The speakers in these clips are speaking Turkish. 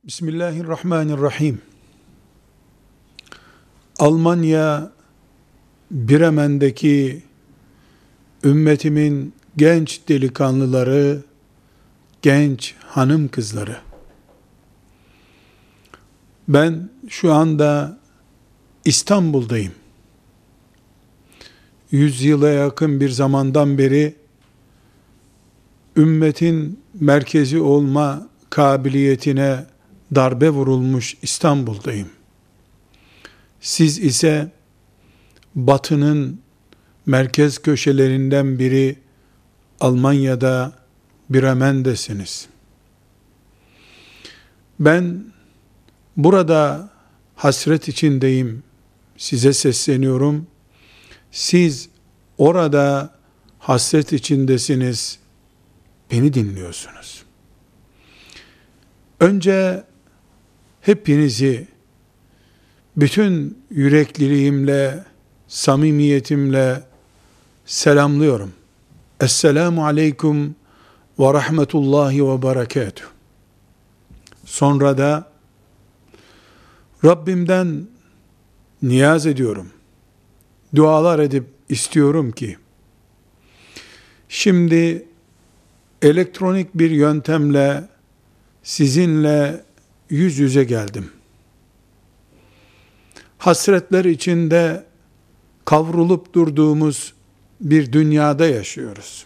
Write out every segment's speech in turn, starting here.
Bismillahirrahmanirrahim. Almanya Bremen'deki ümmetimin genç delikanlıları, genç hanım kızları. Ben şu anda İstanbul'dayım. 100 yıla yakın bir zamandan beri ümmetin merkezi olma kabiliyetine darbe vurulmuş İstanbul'dayım. Siz ise Batı'nın merkez köşelerinden biri Almanya'da Bremen'desiniz. Ben burada hasret içindeyim. Size sesleniyorum. Siz orada hasret içindesiniz. Beni dinliyorsunuz. Önce hepinizi bütün yürekliliğimle, samimiyetimle selamlıyorum. Esselamu aleyküm ve rahmetullahi ve berekatuhu. Sonra da Rabbimden niyaz ediyorum. Dualar edip istiyorum ki şimdi elektronik bir yöntemle sizinle yüz yüze geldim. Hasretler içinde kavrulup durduğumuz bir dünyada yaşıyoruz.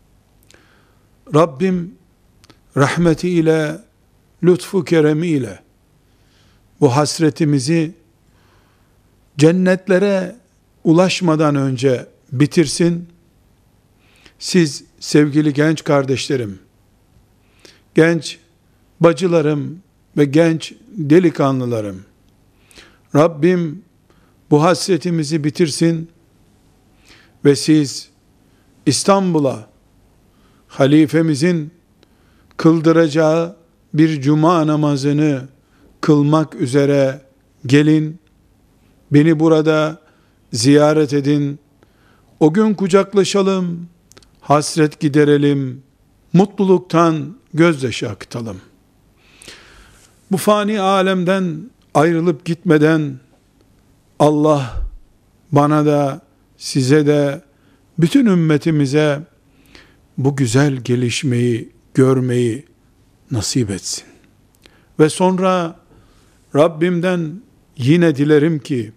Rabbim rahmetiyle, lütfu keremiyle bu hasretimizi cennetlere ulaşmadan önce bitirsin. Siz sevgili genç kardeşlerim, genç bacılarım ve genç delikanlılarım, Rabbim bu hasretimizi bitirsin ve siz İstanbul'a halifemizin kıldıracağı bir cuma namazını kılmak üzere gelin, beni burada ziyaret edin, o gün kucaklaşalım, hasret giderelim, mutluluktan gözyaşı akıtalım. Bu fani alemden ayrılıp gitmeden Allah bana da size de bütün ümmetimize bu güzel gelişmeyi görmeyi nasip etsin. Ve sonra Rabbimden yine dilerim ki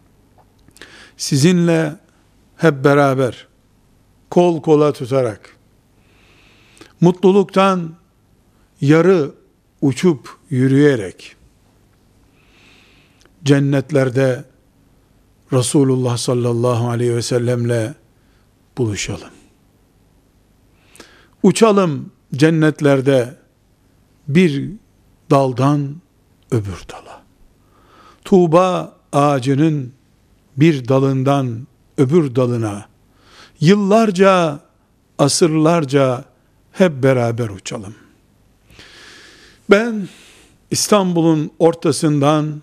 sizinle hep beraber kol kola tutarak mutluluktan yarı uçup yürüyerek cennetlerde Resulullah sallallahu aleyhi ve sellemle buluşalım. Uçalım cennetlerde bir daldan öbür dala. Tuğba ağacının bir dalından öbür dalına yıllarca, asırlarca hep beraber uçalım. Ben İstanbul'un ortasından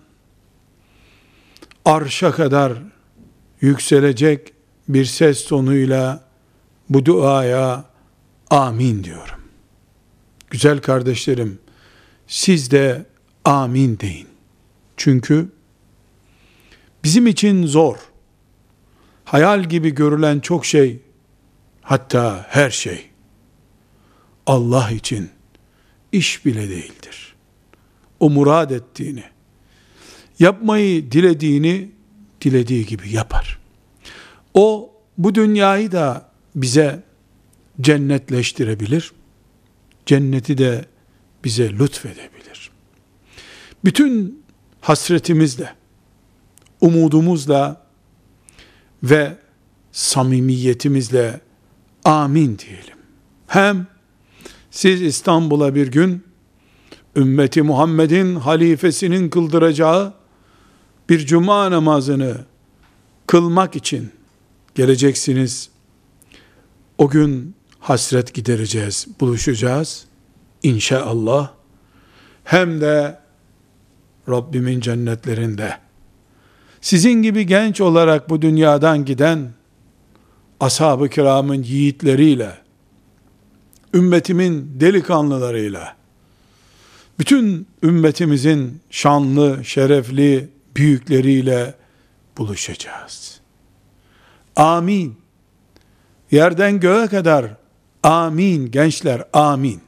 arşa kadar yükselecek bir ses tonuyla bu duaya amin diyorum. Güzel kardeşlerim, siz de amin deyin. Çünkü bizim için zor, hayal gibi görülen çok şey, hatta her şey, Allah için iş bile değildir. O murad ettiğini, yapmayı dilediğini, dilediği gibi yapar. O bu dünyayı da bize cennetleştirebilir, cenneti de bize lütfedebilir. Bütün hasretimizle, umudumuzla ve samimiyetimizle amin diyelim. Hem siz İstanbul'a bir gün ümmeti Muhammed'in halifesinin kıldıracağı bir cuma namazını kılmak için geleceksiniz. O gün hasret gidereceğiz, buluşacağız İnşallah. Hem de Rabbimin cennetlerinde. Sizin gibi genç olarak bu dünyadan giden ashab-ı kiramın yiğitleriyle, ümmetimin delikanlılarıyla bütün ümmetimizin şanlı, şerefli büyükleriyle buluşacağız. Amin. Yerden göğe kadar amin gençler, amin.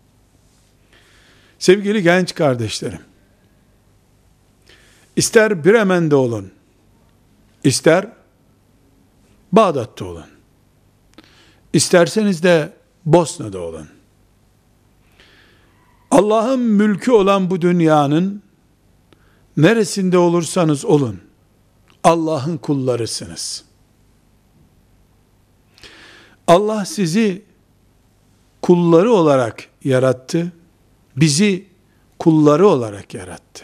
Sevgili genç kardeşlerim, ister Bremen'de olun, ister Bağdat'ta olun, isterseniz de Bosna'da olun. Allah'ın mülkü olan bu dünyanın neresinde olursanız olun, Allah'ın kullarısınız. Allah sizi kulları olarak yarattı, bizi kulları olarak yarattı.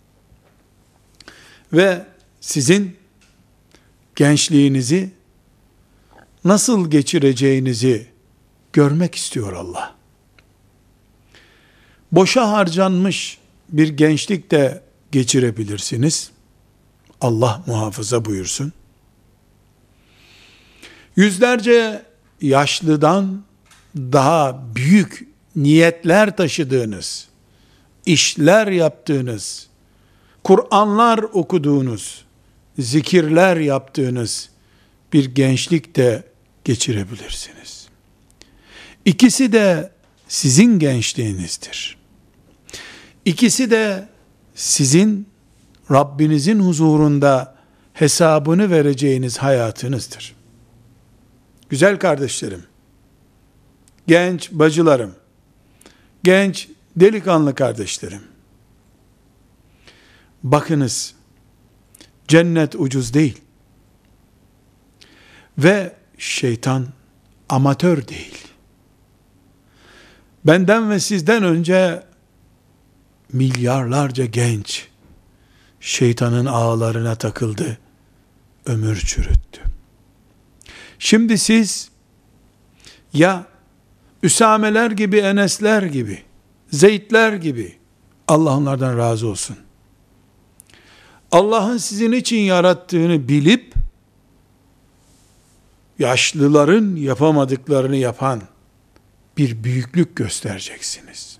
Ve sizin gençliğinizi nasıl geçireceğinizi görmek istiyor Allah. Boşa harcanmış bir gençlik de geçirebilirsiniz. Allah muhafaza buyursun. Yüzlerce yaşlıdan daha büyük niyetler taşıdığınız, işler yaptığınız, Kur'anlar okuduğunuz, zikirler yaptığınız bir gençlik de geçirebilirsiniz. İkisi de sizin gençliğinizdir. İkisi de sizin Rabbinizin huzurunda hesabını vereceğiniz hayatınızdır. Güzel kardeşlerim, genç bacılarım, genç delikanlı kardeşlerim, bakınız, cennet ucuz değil ve şeytan amatör değil. Benden ve sizden önce milyarlarca genç şeytanın ağlarına takıldı, ömür çürüttü. Şimdi siz ya Üsameler gibi, Enesler gibi, Zeydler gibi, Allah onlardan razı olsun, Allah'ın sizin için yarattığını bilip yaşlıların yapamadıklarını yapan bir büyüklük göstereceksiniz.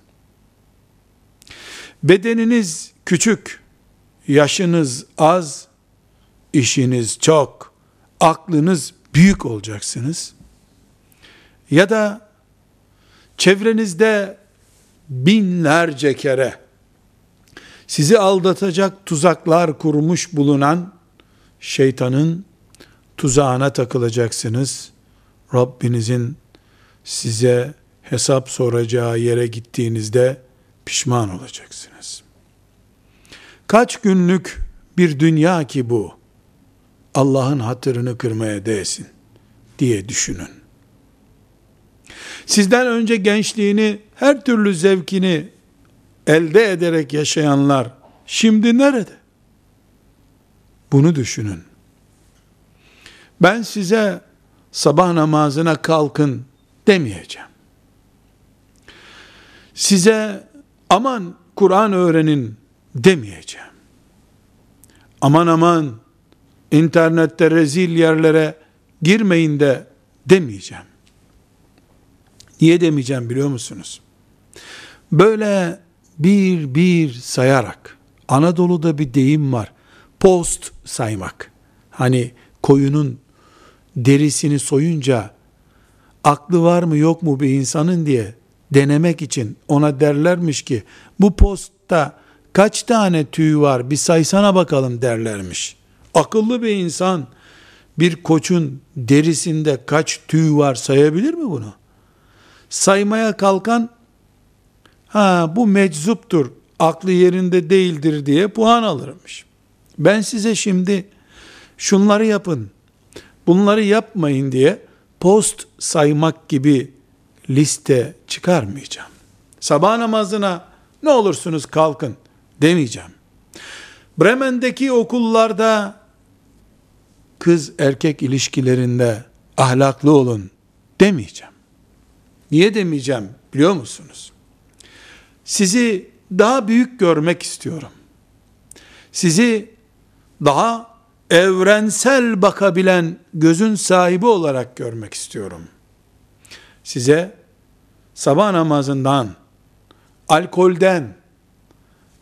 Bedeniniz küçük, yaşınız az, işiniz çok, aklınız büyük olacaksınız. Ya da çevrenizde binlerce kere sizi aldatacak tuzaklar kurmuş bulunan şeytanın tuzağına takılacaksınız. Rabbinizin size hesap soracağı yere gittiğinizde pişman olacaksınız. Kaç günlük bir dünya ki bu, Allah'ın hatırını kırmaya değsin diye düşünün. Sizden önce gençliğini, her türlü zevkini elde ederek yaşayanlar şimdi nerede? Bunu düşünün. Ben size sabah namazına kalkın demeyeceğim. Size aman Kur'an öğrenin demeyeceğim. Aman aman internette rezil yerlere girmeyin de demeyeceğim. Niye demeyeceğim biliyor musunuz? Böyle bir bir sayarak, Anadolu'da bir deyim var, post saymak. Hani koyunun derisini soyunca aklı var mı yok mu bir insanın diye denemek için ona derlermiş ki bu postta kaç tane tüy var bir saysana bakalım derlermiş. Akıllı bir insan bir koçun derisinde kaç tüy var sayabilir mi bunu? Saymaya kalkan bu meczuptur, aklı yerinde değildir diye puan alırmış. Ben size şimdi şunları yapın, bunları yapmayın diye post saymak gibi liste çıkarmayacağım. Sabah namazına ne olursunuz kalkın demeyeceğim. Bremen'deki okullarda kız erkek ilişkilerinde ahlaklı olun demeyeceğim. Niye demeyeceğim biliyor musunuz? Sizi daha büyük görmek istiyorum. Sizi daha evrensel bakabilen gözün sahibi olarak görmek istiyorum. Size sabah namazından, alkolden,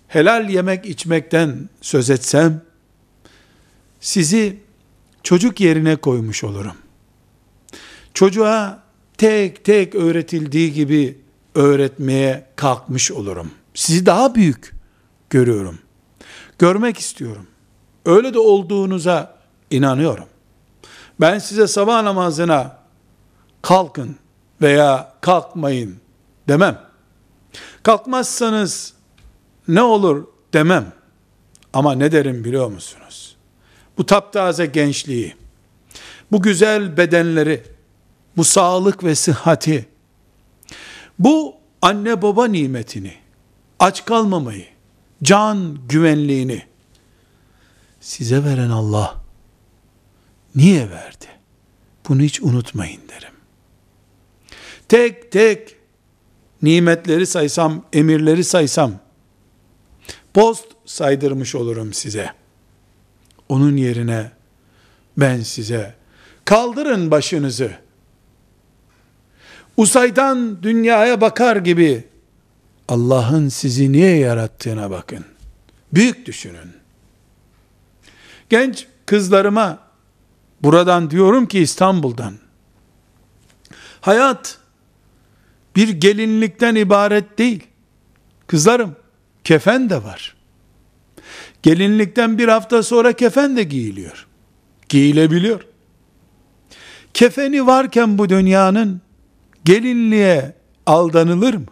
helal yemek içmekten söz etsem, sizi çocuk yerine koymuş olurum. Çocuğa tek tek öğretildiği gibi öğretmeye kalkmış olurum. Sizi daha büyük görüyorum. Görmek istiyorum. Öyle de olduğunuza inanıyorum. Ben size sabah namazına kalkın veya kalkmayın demem. Kalkmazsanız ne olur demem. Ama ne derim biliyor musunuz? Bu taptaze gençliği, bu güzel bedenleri, bu sağlık ve sıhhati, bu anne baba nimetini, aç kalmamayı, can güvenliğini size veren Allah niye verdi? Bunu hiç unutmayın derim. Tek tek nimetleri saysam, emirleri saysam, post saydırmış olurum size. Onun yerine ben size, kaldırın başınızı, uzaydan dünyaya bakar gibi Allah'ın sizi niye yarattığına bakın. Büyük düşünün. Genç kızlarıma buradan diyorum ki, İstanbul'dan, hayat bir gelinlikten ibaret değil. Kızlarım, kefen de var. Gelinlikten bir hafta sonra kefen de giyiliyor. Giyilebiliyor. Kefeni varken bu dünyanın, gelinliğe aldanılır mı?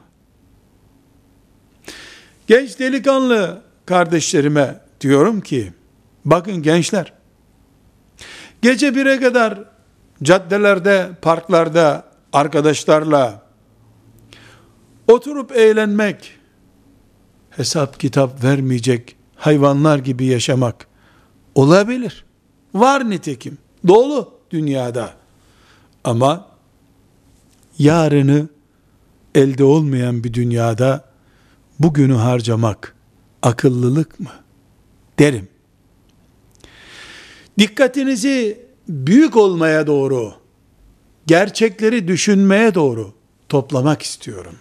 Genç delikanlı kardeşlerime diyorum ki, bakın gençler, gece 1'e kadar caddelerde, parklarda arkadaşlarla oturup eğlenmek, hesap kitap vermeyecek hayvanlar gibi yaşamak olabilir. Var nitekim. Dolu dünyada. Ama yarını elde olmayan bir dünyada bugünü harcamak akıllılık mı? Derim. Dikkatinizi büyük olmaya doğru, gerçekleri düşünmeye doğru toplamak istiyorum.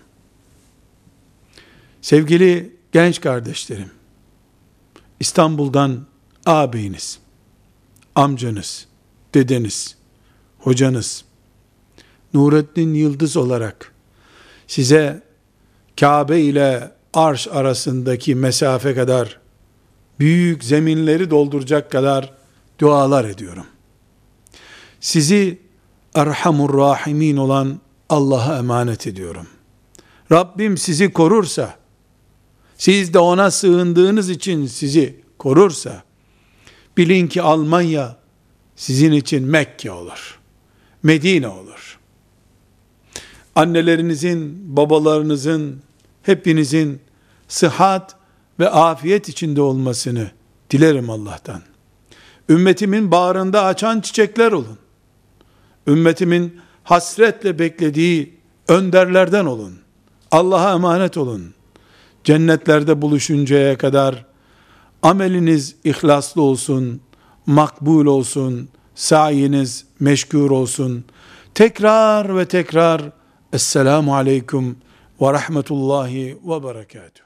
Sevgili genç kardeşlerim, İstanbul'dan ağabeyiniz, amcanız, dedeniz, hocanız, Nurettin Yıldız olarak size Kabe ile Arş arasındaki mesafe kadar, büyük zeminleri dolduracak kadar dualar ediyorum. Sizi Erhamur Rahimin olan Allah'a emanet ediyorum. Rabbim sizi korursa, siz de ona sığındığınız için sizi korursa, bilin ki Almanya sizin için Mekke olur, Medine olur. Annelerinizin, babalarınızın, hepinizin sıhhat ve afiyet içinde olmasını dilerim Allah'tan. Ümmetimin bağrında açan çiçekler olun. Ümmetimin hasretle beklediği önderlerden olun. Allah'a emanet olun. Cennetlerde buluşuncaya kadar ameliniz ihlaslı olsun, makbul olsun, sayiniz meşgul olsun. Tekrar ve tekrar Esselamu Aleyküm ve Rahmetullahi ve Berekatuhu.